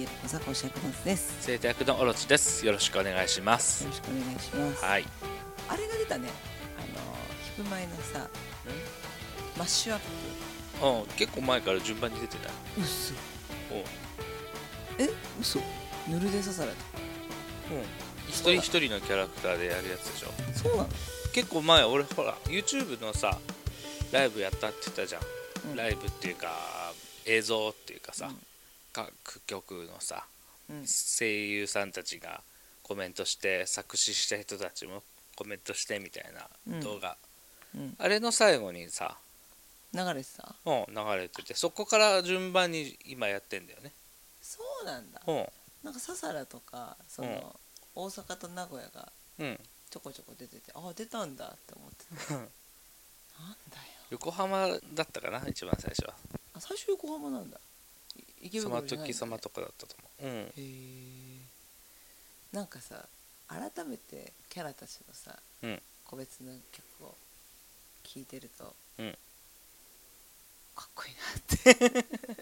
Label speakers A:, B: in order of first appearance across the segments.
A: 小坂子役松です。
B: 生徒役のオロチです。よろしくお願いします。
A: よろしくお願いします。
B: はい。
A: あれが出たね。ヒプマイのさ、マッシュアップ。
B: 結構前から順番に出てた。
A: 嘘。嘘。ヌルデササラと。
B: 一人一人のキャラクターでやるやつでしょ。
A: そうなの。
B: 結構前、俺ほら YouTube のさライブやったって言ったじゃん。ライブっていうか映像っていうかさ、各局のさ、声優さんたちがコメントして作詞した人たちもコメントしてみたいな動画、あれの最後にさ
A: 流れてた。
B: 流れてて、そこから順番に今やってんだよね。
A: そうなんだ。なんかササラとかその、大阪と名古屋がちょこちょこ出てて、あ、出たんだって思ってた。なんだよ。
B: 横浜だったかな、一番最初は。
A: 最初横浜なんだ。池袋じゃないんだね。
B: その時様とかだったと思う。
A: へえ。なんかさ、改めてキャラたちのさ、個別の曲を聴いてると、かっこいいなって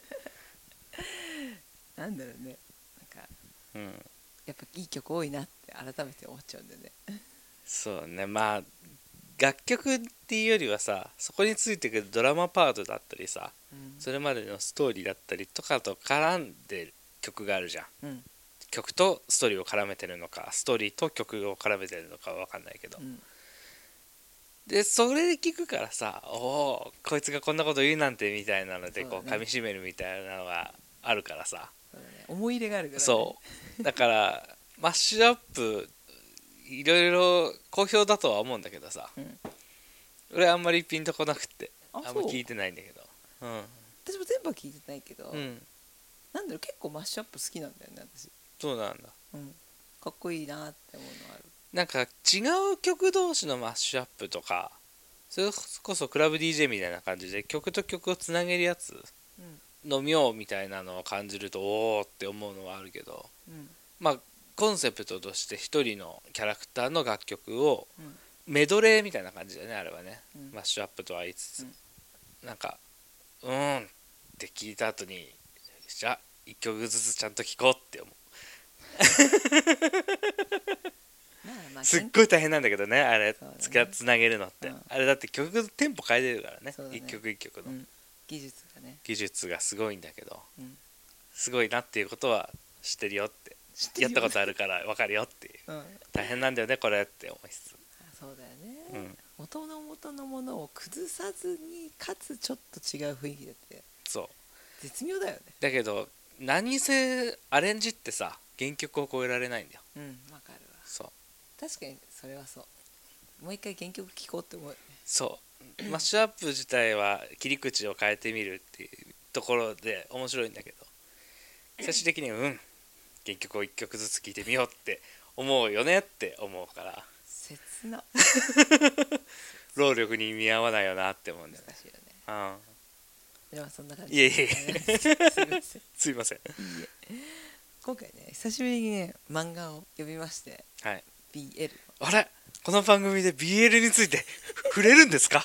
A: なんだろうね、なんか、やっぱいい曲多いなって改めて思っちゃうんだよね。
B: そうね、まあ楽曲っていうよりはさ、そこについてくるドラマパートだったりさ、それまでのストーリーだったりとかと絡んでる曲があるじゃん、曲とストーリーを絡めてるのか、ストーリーと曲を絡めてるのかは分かんないけど、でそれで聞くからさ、おこいつがこんなこと言うなんてみたいなのでこう噛みしめるみたいなのがあるからさ、
A: 思い入れがあるからね。
B: そうだからマッシュアップいろいろ好評だとは思うんだけどさ、俺あんまりピンとこなくってあんま聞いてないんだけど、
A: 私も全部は聞いてないけど、なんだろう、結構マッシュアップ好きなんだよね、私。
B: そうなんだ、
A: かっこいいなって思うのある。
B: なんか違う曲同士のマッシュアップとか、それこそクラブ DJ みたいな感じで曲と曲をつなげるやつの妙みたいなのを感じるとおおって思うのはあるけど、まあコンセプトとして一人のキャラクターの楽曲をメドレーみたいな感じだよね、あれはね、マッシュアップとは言いつつ、なんかって聞いた後に、じゃあ一曲ずつちゃんと聴こうって思うすっごい大変なんだけどね、あれつなげるのって、あれだって曲のテンポ変えれるからね、一曲一曲の技術がすごいんだけど、すごいなっていうことは知ってるよって、やったことあるから分かるよっていう、大変なんだよねこれって思いつつ、
A: そうだよね、元のものを崩さずにかつちょっと違う雰囲気だって、そう絶妙だよね。
B: だけど何せアレンジってさ、原曲を超えられないんだよ。
A: わかるわ。
B: そう
A: 確かにそれはそう。もう一回原曲聴こうって思うよね。
B: そうマッシュアップ自体は切り口を変えてみるっていうところで面白いんだけど、最終的に原曲を1曲ずつ聴いてみようって思うよねって思うから、
A: 切な
B: 労力に見合わないよなって思うんだよね。
A: 難しいよね。ではそんな感じ。
B: いえいえすいません。
A: 今回ね、久しぶりにね漫画を読みまして、BL。
B: あれ、この番組で BL について触れるんですか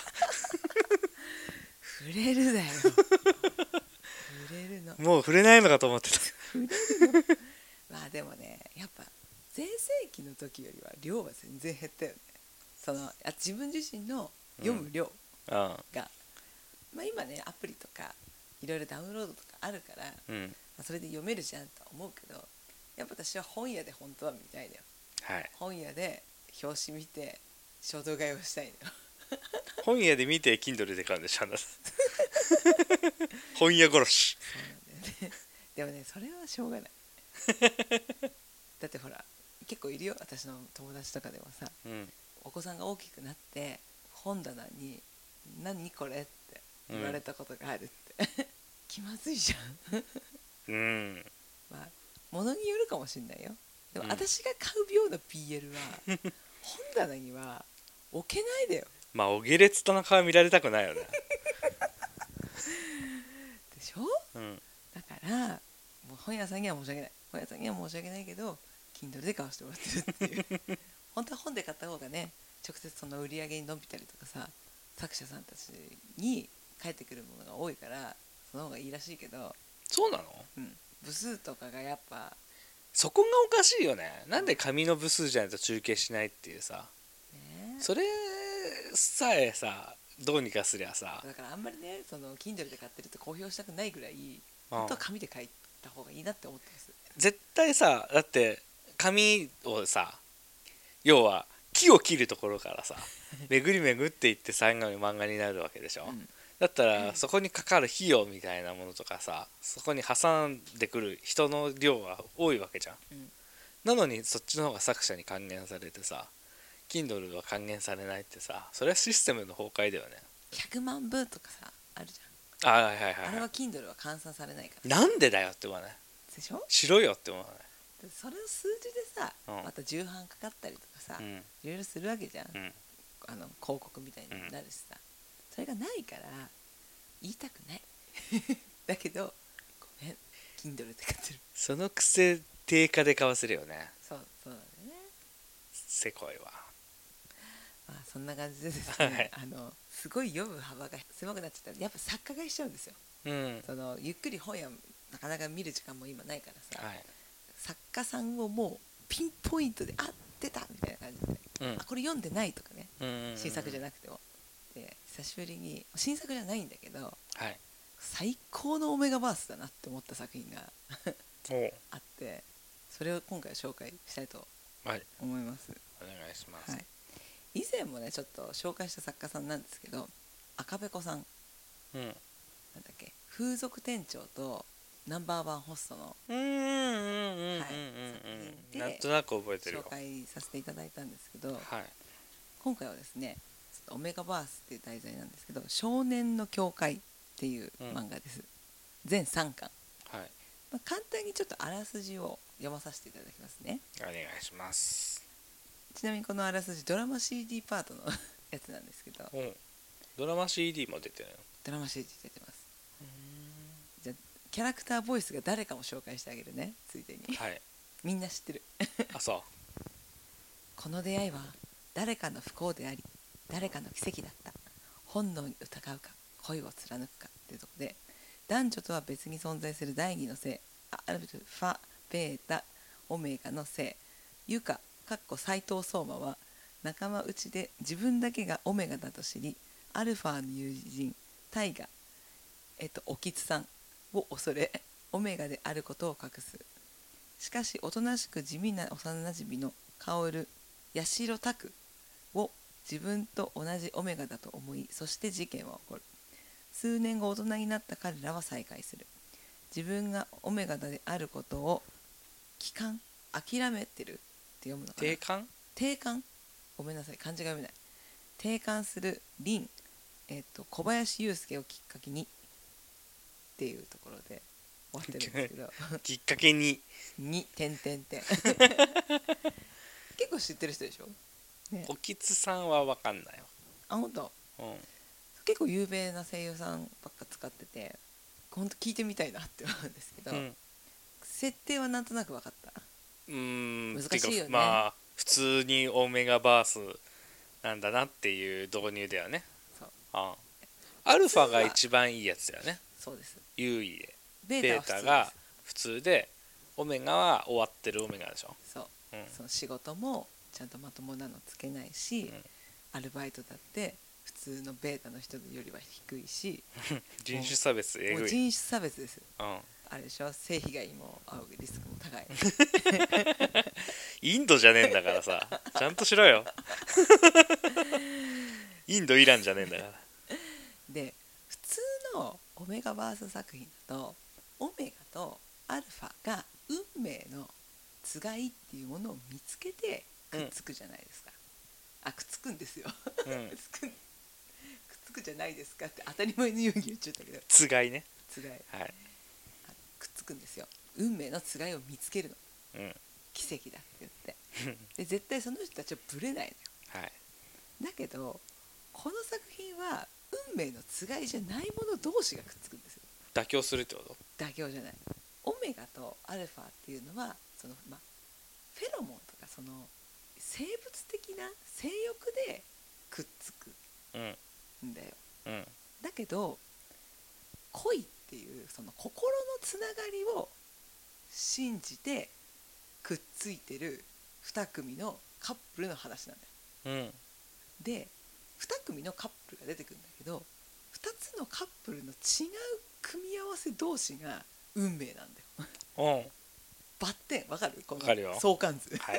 A: 触れるだよ触れるの。
B: もう触れないのかと思ってた。
A: 触れるのまあでもね、やっぱ全盛期の時よりは量は全然減ったよね。その自分自身の読む量が、まあ今ねアプリとかいろいろダウンロードとかあるから、それで読めるじゃんと思うけど、やっぱ私は本屋で本当は見たいのよ。本屋で表紙見て衝動買いをしたいのよ
B: 本屋で見て Kindle で買うんでしょ本屋殺し。
A: そうなんだよね。でもね、それはしょうがないだってほら結構いるよ、私の友達とかでもさ、お子さんが大きくなって本棚に「何これ?」って言われたことがあるって気まずいじゃんまあ物によるかもしんないよ。でも私が買うような BL は本棚には置けないでよ。
B: まあお下劣とな顔見られたくないよね
A: でしょ、だからもう本屋さんには申し訳ない、本屋さんには申し訳ないけど Kindle で買わせてもらってるっていう本当は本で買った方がね、直接その売り上げに伸びたりとかさ、作者さんたちに返ってくるものが多いからその方がいいらしいけど。
B: そうなの？
A: 部数とかがやっぱ
B: そこがおかしいよね。なんで紙の部数じゃないと中継しないっていうさ、
A: ね、
B: それさえさどうにかすりゃさ。
A: だからあんまりね、その Kindle で買ってるって公表したくないぐらい、
B: うん、
A: 本当は紙で書いた方がいいなって思ってます。
B: 絶対さ、だって紙をさ、要は木を切るところからさ巡り巡っていって最後に漫画になるわけでしょ、うん、だったらそこにかかる費用みたいなものとかさ、そこに挟んでくる人の量が多いわけじゃん、うん、なのにそっちの方が作者に還元されてさ Kindle は還元されないってさ、それはシステムの崩壊だよね。
A: 100万部とかさあるじ
B: ゃん。あ、はいはいはい、
A: あれは Kindle は換算されないか
B: ら。なんでだよって思わない
A: でしょ。
B: しろよって思わない。
A: それを数字でさ、うん、また重版かかったりとかさ、うん、いろいろするわけじゃん、うん、広告みたいになるしさ、うん、それがないから言いたくないだけどごめん Kindle で買ってる。
B: そのくせ定価で買わせるよね。
A: そうなんだよね。
B: せこいわ。
A: まあそんな感じでですね、
B: はい、
A: すごい読む幅が狭くなっちゃったらやっぱ作家買いしちゃうんですよ、うん、ゆっくり本やなかなか見る時間も今ないからさ、はい、作家さんをもうピンポイントで出たみたいな感じで、うん、これ読んでないとかね、新作じゃなくてもで久しぶりに新作じゃないんだけど、はい、最高のオメガバースだなって思った作品があって、それを今回紹介したいと思います、はい、
B: お願いします、
A: はい、以前もねちょっと紹介した作家さんなんですけど、赤べこさん、うん、なんだっけ、風俗店長とナンバーワンホストの
B: なんとなく覚えてるよ。
A: 紹介させていただいたんですけど、はい、今回はですねオメガバースっていう題材なんですけど、少年の教会っていう漫画です、うん、全3巻、はい、まあ、簡単にちょっとあらすじを読まさせていただきますね。
B: お願いします。
A: ちなみにこのあらすじドラマ CD パートのやつなんですけど、
B: うん、ドラマ CD も出てるの？
A: ドラマ CD 出てます。じゃあキャラクターボイスが誰かも紹介してあげるね、ついでに、はい、みんな知ってる
B: あ、そう
A: この出会いは誰かの不幸であり誰かの奇跡だった、本能に疑うか恋を貫くかっていうところで、男女とは別に存在する第二の性、アルファベータオメガの性、ユカ斎藤相馬は仲間内で自分だけがオメガだと知り、アルファの友人タイガ、おきつさんを恐れオメガであることを隠す。しかしおとなしく地味な幼なじみの薫八代拓を自分と同じオメガだと思い、そして事件は起こる。数年後大人になった彼らは再会する。自分がオメガであることを諦めてるって読むのかな、定感、ごめんなさい漢字が読めない、定感する凛、小林祐介をきっかけにっていうところで終わってるんですけど
B: きっかけに
A: 点結構知ってる人でしょ、
B: ね、おきつさんは分かんないわ。
A: あ、本当、うん、結構有名な声優さんばっか使ってて本当聞いてみたいなって思うんですけど、うん、設定はなんとなく分かった。難しいよね。
B: まあ普通にオメガバースなんだなっていう導入だよね。そう、アルファが一番いいやつだよね。
A: そうです。
B: 優位でベータが普通でオメガは終わってるオメガでしょ。
A: そう、うん、その仕事もちゃんとまともなのつけないし、うん、アルバイトだって普通のベータの人よりは低いし
B: 人種差別えぐい。
A: もう人種差別です、うん、あれでしょ、性被害も遭うリスクも高い
B: インドじゃねえんだからさちゃんとしろよインドイランじゃねえんだから
A: で、普通のオメガバース作品だとオメガとアルファが運命のつがいっていうものを見つけてくっつくじゃないですか、うん、くっつくんですよ、うん、くっつくじゃないですかって当たり前のように言っちゃったけど、
B: つがいね、
A: つがい、
B: はい、
A: くっつくんですよ。運命のつがいを見つけるの、うん、奇跡だって言ってで絶対その人たちはブレないのよ、はい、だけどこの作品は運命のつがいじゃないもの同士がくっつくんですよ。
B: 妥協するってこと？
A: 妥協じゃない。オメガとアルファっていうのはその、フェロモンとかその生物的な性欲でくっつくんだよ、うんうん、だけど恋っていうその心のつながりを信じてくっついてる2組のカップルの話なんだよ、で2組のカップルが出てくるんだけど、2つのカップルの違う組み合わせ同士が運命なんだよバッテンわかる？この相関図、はい、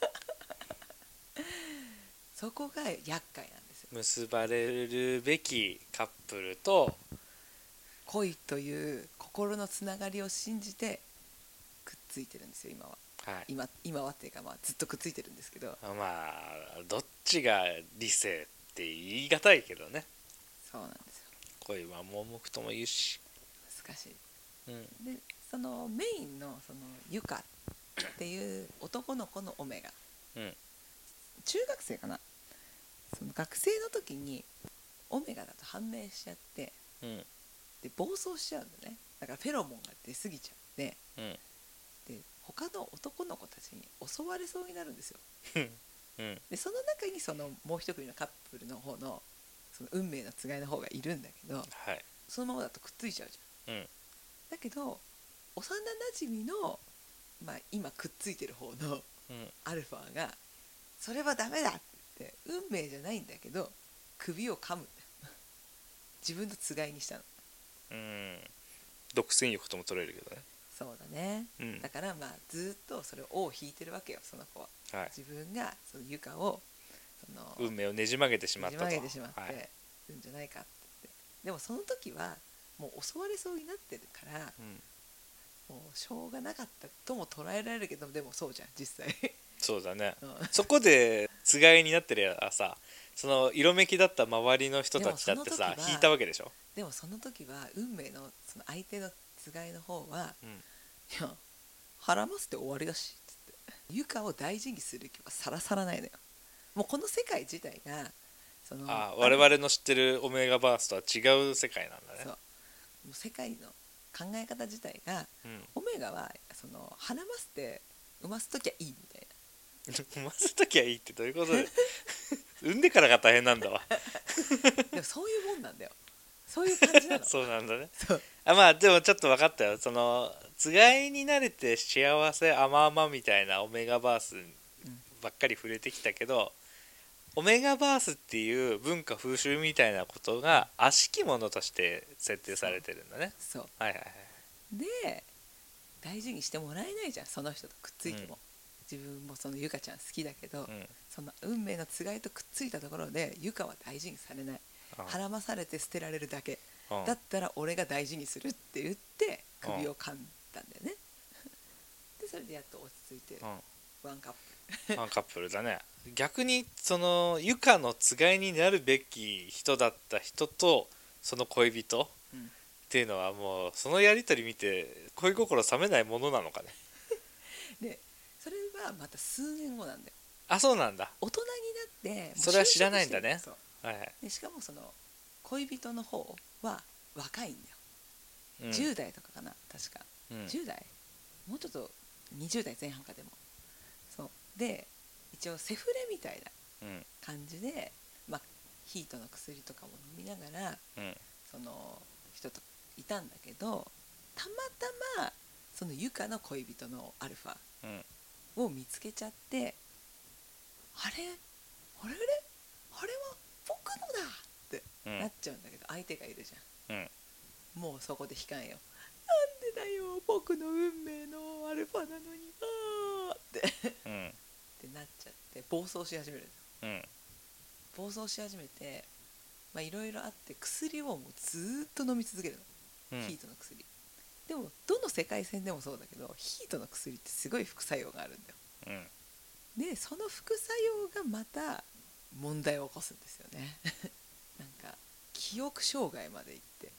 A: そこが厄介なんですよ。
B: 結ばれるべきカップルと
A: 恋という心のつながりを信じてくっついてるんですよ今は、はい、今はっていうか、ずっとくっついてるんですけど、
B: どっちが理性って言い難いけどね。
A: そうなんですよ。
B: 恋は盲目とも言うし
A: 難しい、でそのメインのそのユカっていう男の子のオメガ、中学生かな、その学生の時にオメガだと判明しちゃって、で暴走しちゃうんだね。だからフェロモンが出過ぎちゃって、で他の男の子たちに襲われそうになるんですよでその中にそのもう一組のカップルの方のその運命のつがいの方がいるんだけど、そのままだとくっついちゃうじゃん、だけど幼なじみの、今くっついてる方のアルファがそれはダメだって運命じゃないんだけど首を噛むんだよ自分のつがいにしたの。
B: 独占欲とも取れるけどね。
A: そうだね、だからずっとそれを尾を引いてるわけよその子は、自分がそのユカをその
B: 運命をねじ曲げてしまったと、
A: ねじ曲げてしまってるんじゃないかって言って、でもその時はもう襲われそうになってるから、もうしょうがなかったとも捉えられるけど、でもそうじゃん実際
B: そうだね、そこでつがいになってるやらさ、その色めきだった周りの人たちだってさ引いたわけでしょ。
A: でもその時は運命のその相手のつがいの方は、いや腹ませて終わりだしってユカを大事にする気はさらさらないのよ。もうこの世界自体がその
B: 我々の知ってるオメガバースとは違う世界なんだね。
A: そう、もう世界の考え方自体が、オメガはその腹ませて産ますときはいいみたいな
B: 産ますときはいいってどういうことで産んでからが大変なんだわ
A: でもそういうもんなんだよ、そういう感じなの
B: そうなんだね。
A: そう
B: でもちょっと分かったよ。そのつがいになれて幸せ甘々みたいなオメガバースばっかり触れてきたけど、オメガバースっていう文化風習みたいなことが悪しきものとして設定されてるんだね。
A: そう、
B: はいはいはい。
A: で大事にしてもらえないじゃんその人とくっついても、自分もそのユカちゃん好きだけど、その運命のつがいとくっついたところでユカは大事にされない、孕まされて捨てられるだけ、だったら俺が大事にするって言って首を噛んだんだよねでそれでやっと落ち着いて、ワンカップル
B: ワンカップルだね。逆にそのユカのつがいになるべき人だった人とその恋人っていうのはもうそのやり取り見て恋心冷めないものなのかね
A: でそれはまた数年後なんだよ。
B: あ、そうなんだ。
A: 大人になって
B: それは知らないんだね。
A: でしかもその恋人の方は若いんだよ、10代とかかな確か、10代もうちょっと20代前半か。でもそうで一応セフレみたいな感じで、ヒートの薬とかも飲みながら、その人といたんだけど、たまたまそのユカの恋人のアルファを見つけちゃって、あれあれあれは僕のだってなっちゃうんだけど、相手がいるじゃん、もうそこで悲観よ。なんでだよ僕の運命のアルファなのにってってなっちゃって暴走し始める、暴走し始めて、いろいろあって薬をもうずっと飲み続けるの、ヒートの薬でもどの世界線でもそうだけどヒートの薬ってすごい副作用があるんだよ、でその副作用がまた問題を起こすんですよねなんか記憶障害までい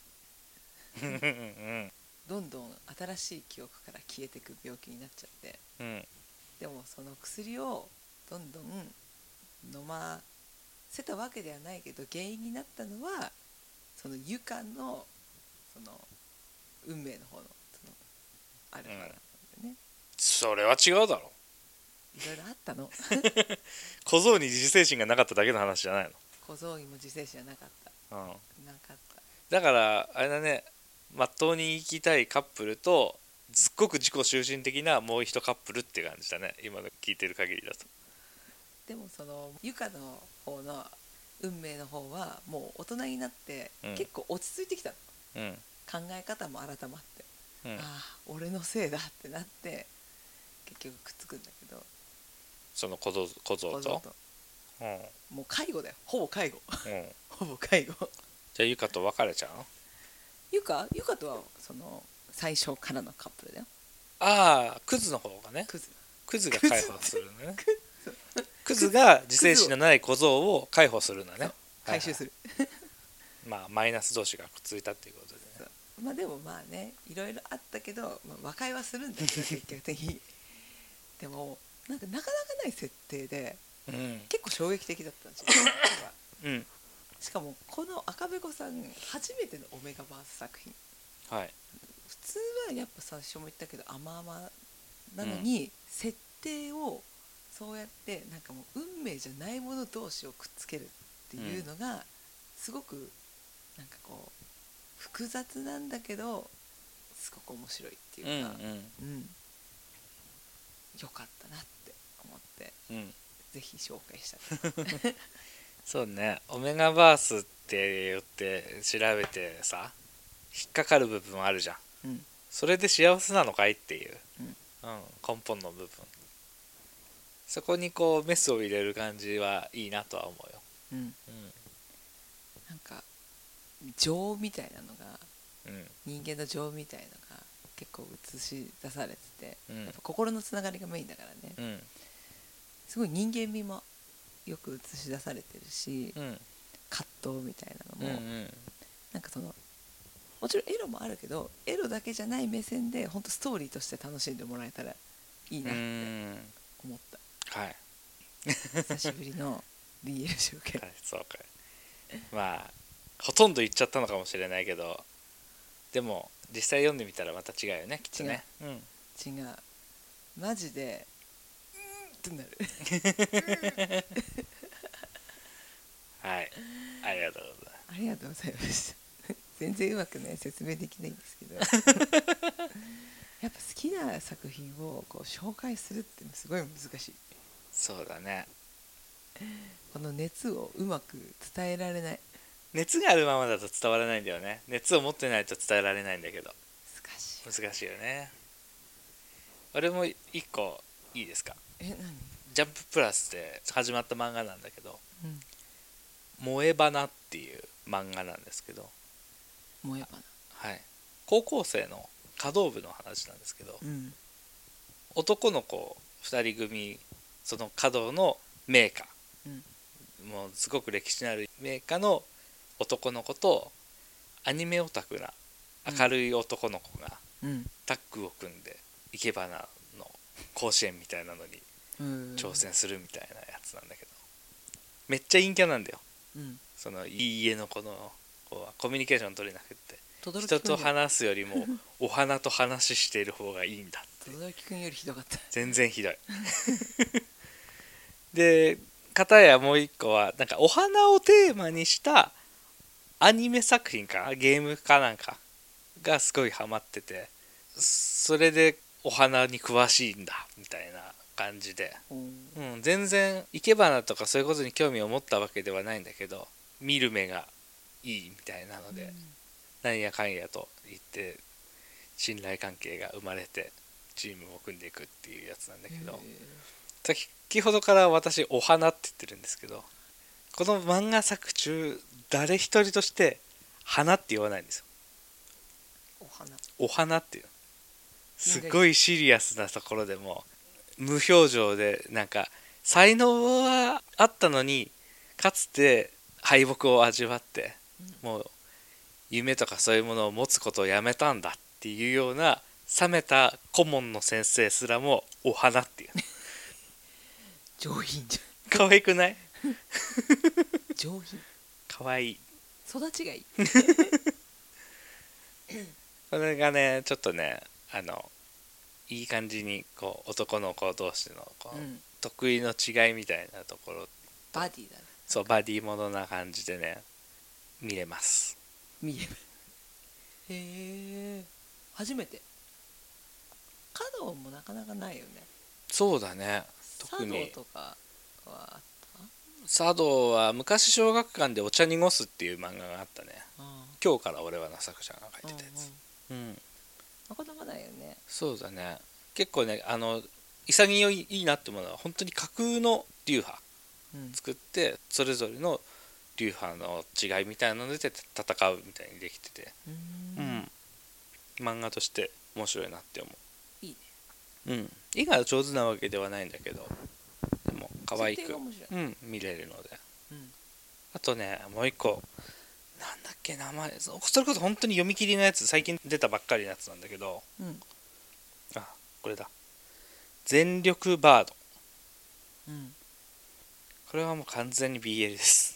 A: ってどんどん新しい記憶から消えていく病気になっちゃって、でもその薬をどんどん飲ませたわけではないけど、原因になったのはそのユカのその運命の方のそのアルファなんだよね、
B: それは違うだろ。
A: いろいろあったの
B: 小僧に自制心がなかっただけの話じゃないの。
A: 小僧にも自制心はなかった、なかった。
B: だからあれだね、まっとうに生きたいカップルとすっごく自己中心的なもう一カップルって感じだね、今の聞いてる限りだと。
A: でもそのゆかの方の運命の方はもう大人になって結構落ち着いてきたの、
B: うん、
A: 考え方も改まって、
B: うん、
A: ああ俺のせいだってなって結局くっつくんだけど、
B: その小僧と、うん、
A: もう介護だよ、ほぼ介護、
B: うん、
A: ほぼ介護。
B: じゃあゆかと別れちゃう？
A: ゆかとはその最初からのカップルだよ。
B: ああ、クズの方がね、クズが解放するのね。クズが自制心のない小僧を解放するんだね。
A: 回収する、
B: はいはい、まあマイナス同士がくっついたっていうことでね。
A: まあでもまあね、いろいろあったけど、まあ、和解はするんだけど結局的にでもなんかなかなかない設定で、うん、結構衝撃的だったんですようん、しかもこの赤べこさん初めてのオメガバース作品、はい、普通はやっぱ最初も言ったけど甘々なのに、うん、設定をそうやってなんかもう運命じゃないもの同士をくっつけるっていうのがすごくなんかこう複雑なんだけどすごく面白いっていうか、うんうんうん、よかったなって思って、うん、ぜひ紹介したい
B: そうね、オメガバースって言って調べてさ引っかかる部分あるじゃん、うん、それで幸せなのかいっていう、うんうん、根本の部分、そこにこうメスを入れる感じはいいなとは思うよ、うんうん、
A: なんか情みたいなのが、うん、人間の情みたいなのが結構映し出されてて、うん、やっぱ心のつながりがメインだからね、うん、すごい人間味もよく映し出されてるし、うん、葛藤みたいなのも、うんうん、なんかそのもちろんエロもあるけどエロだけじゃない目線で本当ストーリーとして楽しんでもらえたらいいなって思った、はい、久しぶりの BL 紹介、はい、
B: そうかまあほとんど言っちゃったのかもしれないけどでも実際読んでみたらまた違うよねきっとね、
A: うん、違うマジでってなる
B: はいありがとうございます。
A: ありがとうございました全然うまくね説明できないんですけどやっぱ好きな作品をこう紹介するってすごい難しい。
B: そうだね、
A: この熱をうまく伝えられない。
B: 熱があるままだと伝わらないんだよね。熱を持ってないと伝えられないんだけど難しいよね。俺も一個いいですか。
A: 何？
B: ジャンププラスで始まった漫画なんだけど、萌え花っていう漫画なんですけど、
A: 萌え花、
B: はい、高校生の華道部の話なんですけど、男の子2人組、その華道の名家、もうすごく歴史のある名家の男の子とアニメオタクな明るい男の子がタッグを組んで生け花の甲子園みたいなのに挑戦するみたいなやつなんだけど、めっちゃ陰キャなんだよ、そのいい家の子の子はコミュニケーション取れなくって人と話すよりもお花と話している方がいいんだって
A: 轟くんよりひどかった。
B: 全然ひどいで片やもう一個はなんかお花をテーマにしたアニメ作品かゲームかなんかがすごいハマってて、それでお花に詳しいんだみたいな感じで、全然生け花とかそういうことに興味を持ったわけではないんだけど見る目がいいみたいなので、なんやかんやと言って信頼関係が生まれてチームを組んでいくっていうやつなんだけど、先ほどから私お花って言ってるんですけど、この漫画作中誰一人として花って言わないんですよ。お花っていうすごいシリアスなところでも無表情で、なんか才能はあったのにかつて敗北を味わって、もう夢とかそういうものを持つことをやめたんだっていうような冷めた顧問の先生すらもお花っていう
A: 上品じ
B: ゃん。可愛くない？
A: 上品。
B: 可愛い。
A: 育ちがいい。
B: これがねちょっとねいい感じにこう男の子同士のこう、得意の違いみたいなところ、
A: バディだね。
B: そうバディものな感じでね見れます。
A: 見れる。へえ。初めて。 華道もなかなかないよね。
B: そうだね。特に
A: 茶道とかはあった？
B: 茶道は昔小学館でお茶濁すっていう漫画があったね。今日から俺はの作者が書いてたやつ。
A: なかなかないよね。
B: そうだね。結構ね潔いなって思うのは本当に架空の流派作って、それぞれの流派の違いみたいなので戦うみたいにできてて、漫画として面白いなって思う。
A: いいね。
B: 絵が上手なわけではないんだけど、でも可愛く見れるので、あとねもう一個なんだっけ名前、それこそ本当に読み切りのやつ、最近出たばっかりのやつなんだけど、これだ、全力バード、これはもう完全に BL です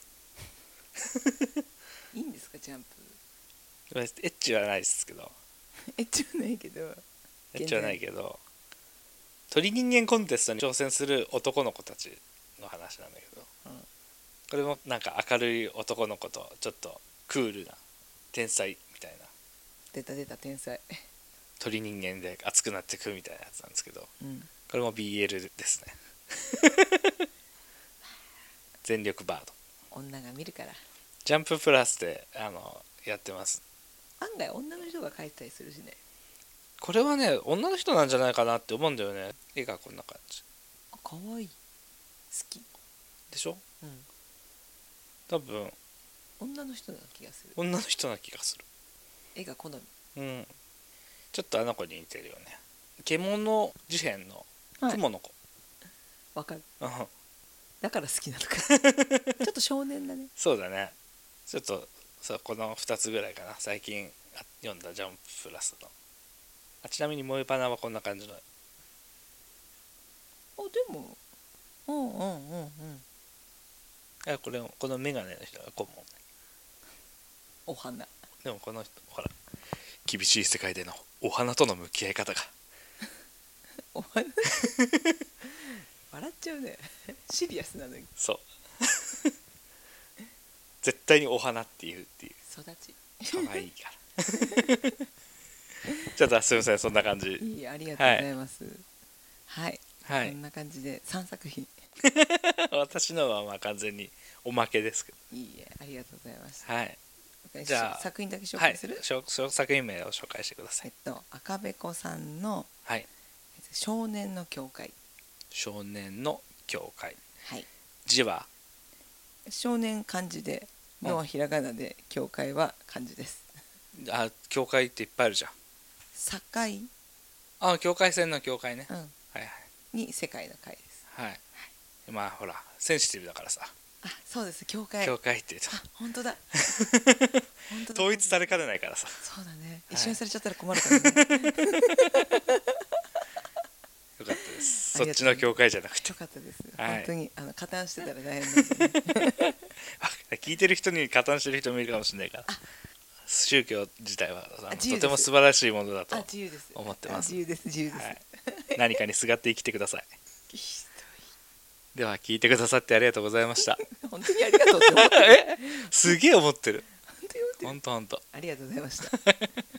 A: いいんですかジャンプ？
B: エッチはないですけど
A: エッチはないけど
B: 鳥人間コンテストに挑戦する男の子たちの話なんだけど、これもなんか明るい男の子とちょっとクールな天才みたいな、
A: 出た天才
B: 鳥人間で熱くなってくみたいなやつなんですけど、これも BL ですね全力バード、
A: 女が見るから。
B: ジャンププラスでやってます。
A: 案外女の人が描いたりするしね。
B: これはね女の人なんじゃないかなって思うんだよね。絵がこんな感じ。
A: かわいい。好き
B: でしょ。多分
A: 女の人な気がする。
B: 女の人な気がする。
A: 絵が好み。
B: ちょっとあの子に似てるよね。獣事変の雲の子。
A: わかる。だから好きなのかちょっと少年だね。
B: そうだね。ちょっとこの2つぐらいかな、最近読んだジャンププラスの。ちなみに萌え花はこんな感じの。
A: でも
B: このメガネの人が顧問。
A: お花。
B: でもこの人ほら、厳しい世界でのお花との向き合い方が
A: お花笑っちゃうねシリアスなのに。
B: そう絶対にお花っていう
A: 育ち
B: 可愛いからちょっとすいません、そんな感じ。
A: いい、ありがとうございます。はい、こんな感じで3作品
B: 私のはまあ完全におまけですけど。
A: いいえ、ありがとうございました。
B: はい、じゃあ
A: 作品だけ紹介する？
B: 作品名を紹介してください。
A: 赤べこさんの少年の教会。
B: 少年の教会。
A: はい。
B: 字は
A: 少年漢字で、のはひらがなで、教会は漢字です。
B: 教会っていっぱいあるじゃん。境界線の境界ね。
A: に世界の会です。
B: はい。まあほらセンシティブだからさ。
A: そうです、教会。
B: 教会って言うと。
A: 本当だ。
B: 統一されかねないからさ。
A: そうだね。一緒にされちゃったら困るからね。
B: よかったです。そっちの教会じゃなくて。
A: よかったです。本当に加担してたら大変なんで。
B: 聞いてる人に加担してる人もいるかもしれないから。宗教自体はとても素晴らしいものだと思ってます。
A: 自由です。
B: 何かにすがって生きてください。では聞いてくださってありがとうございました。
A: 本当にありがとうって思ってる。
B: すげえ思ってる。
A: 本当。ありがとうございました。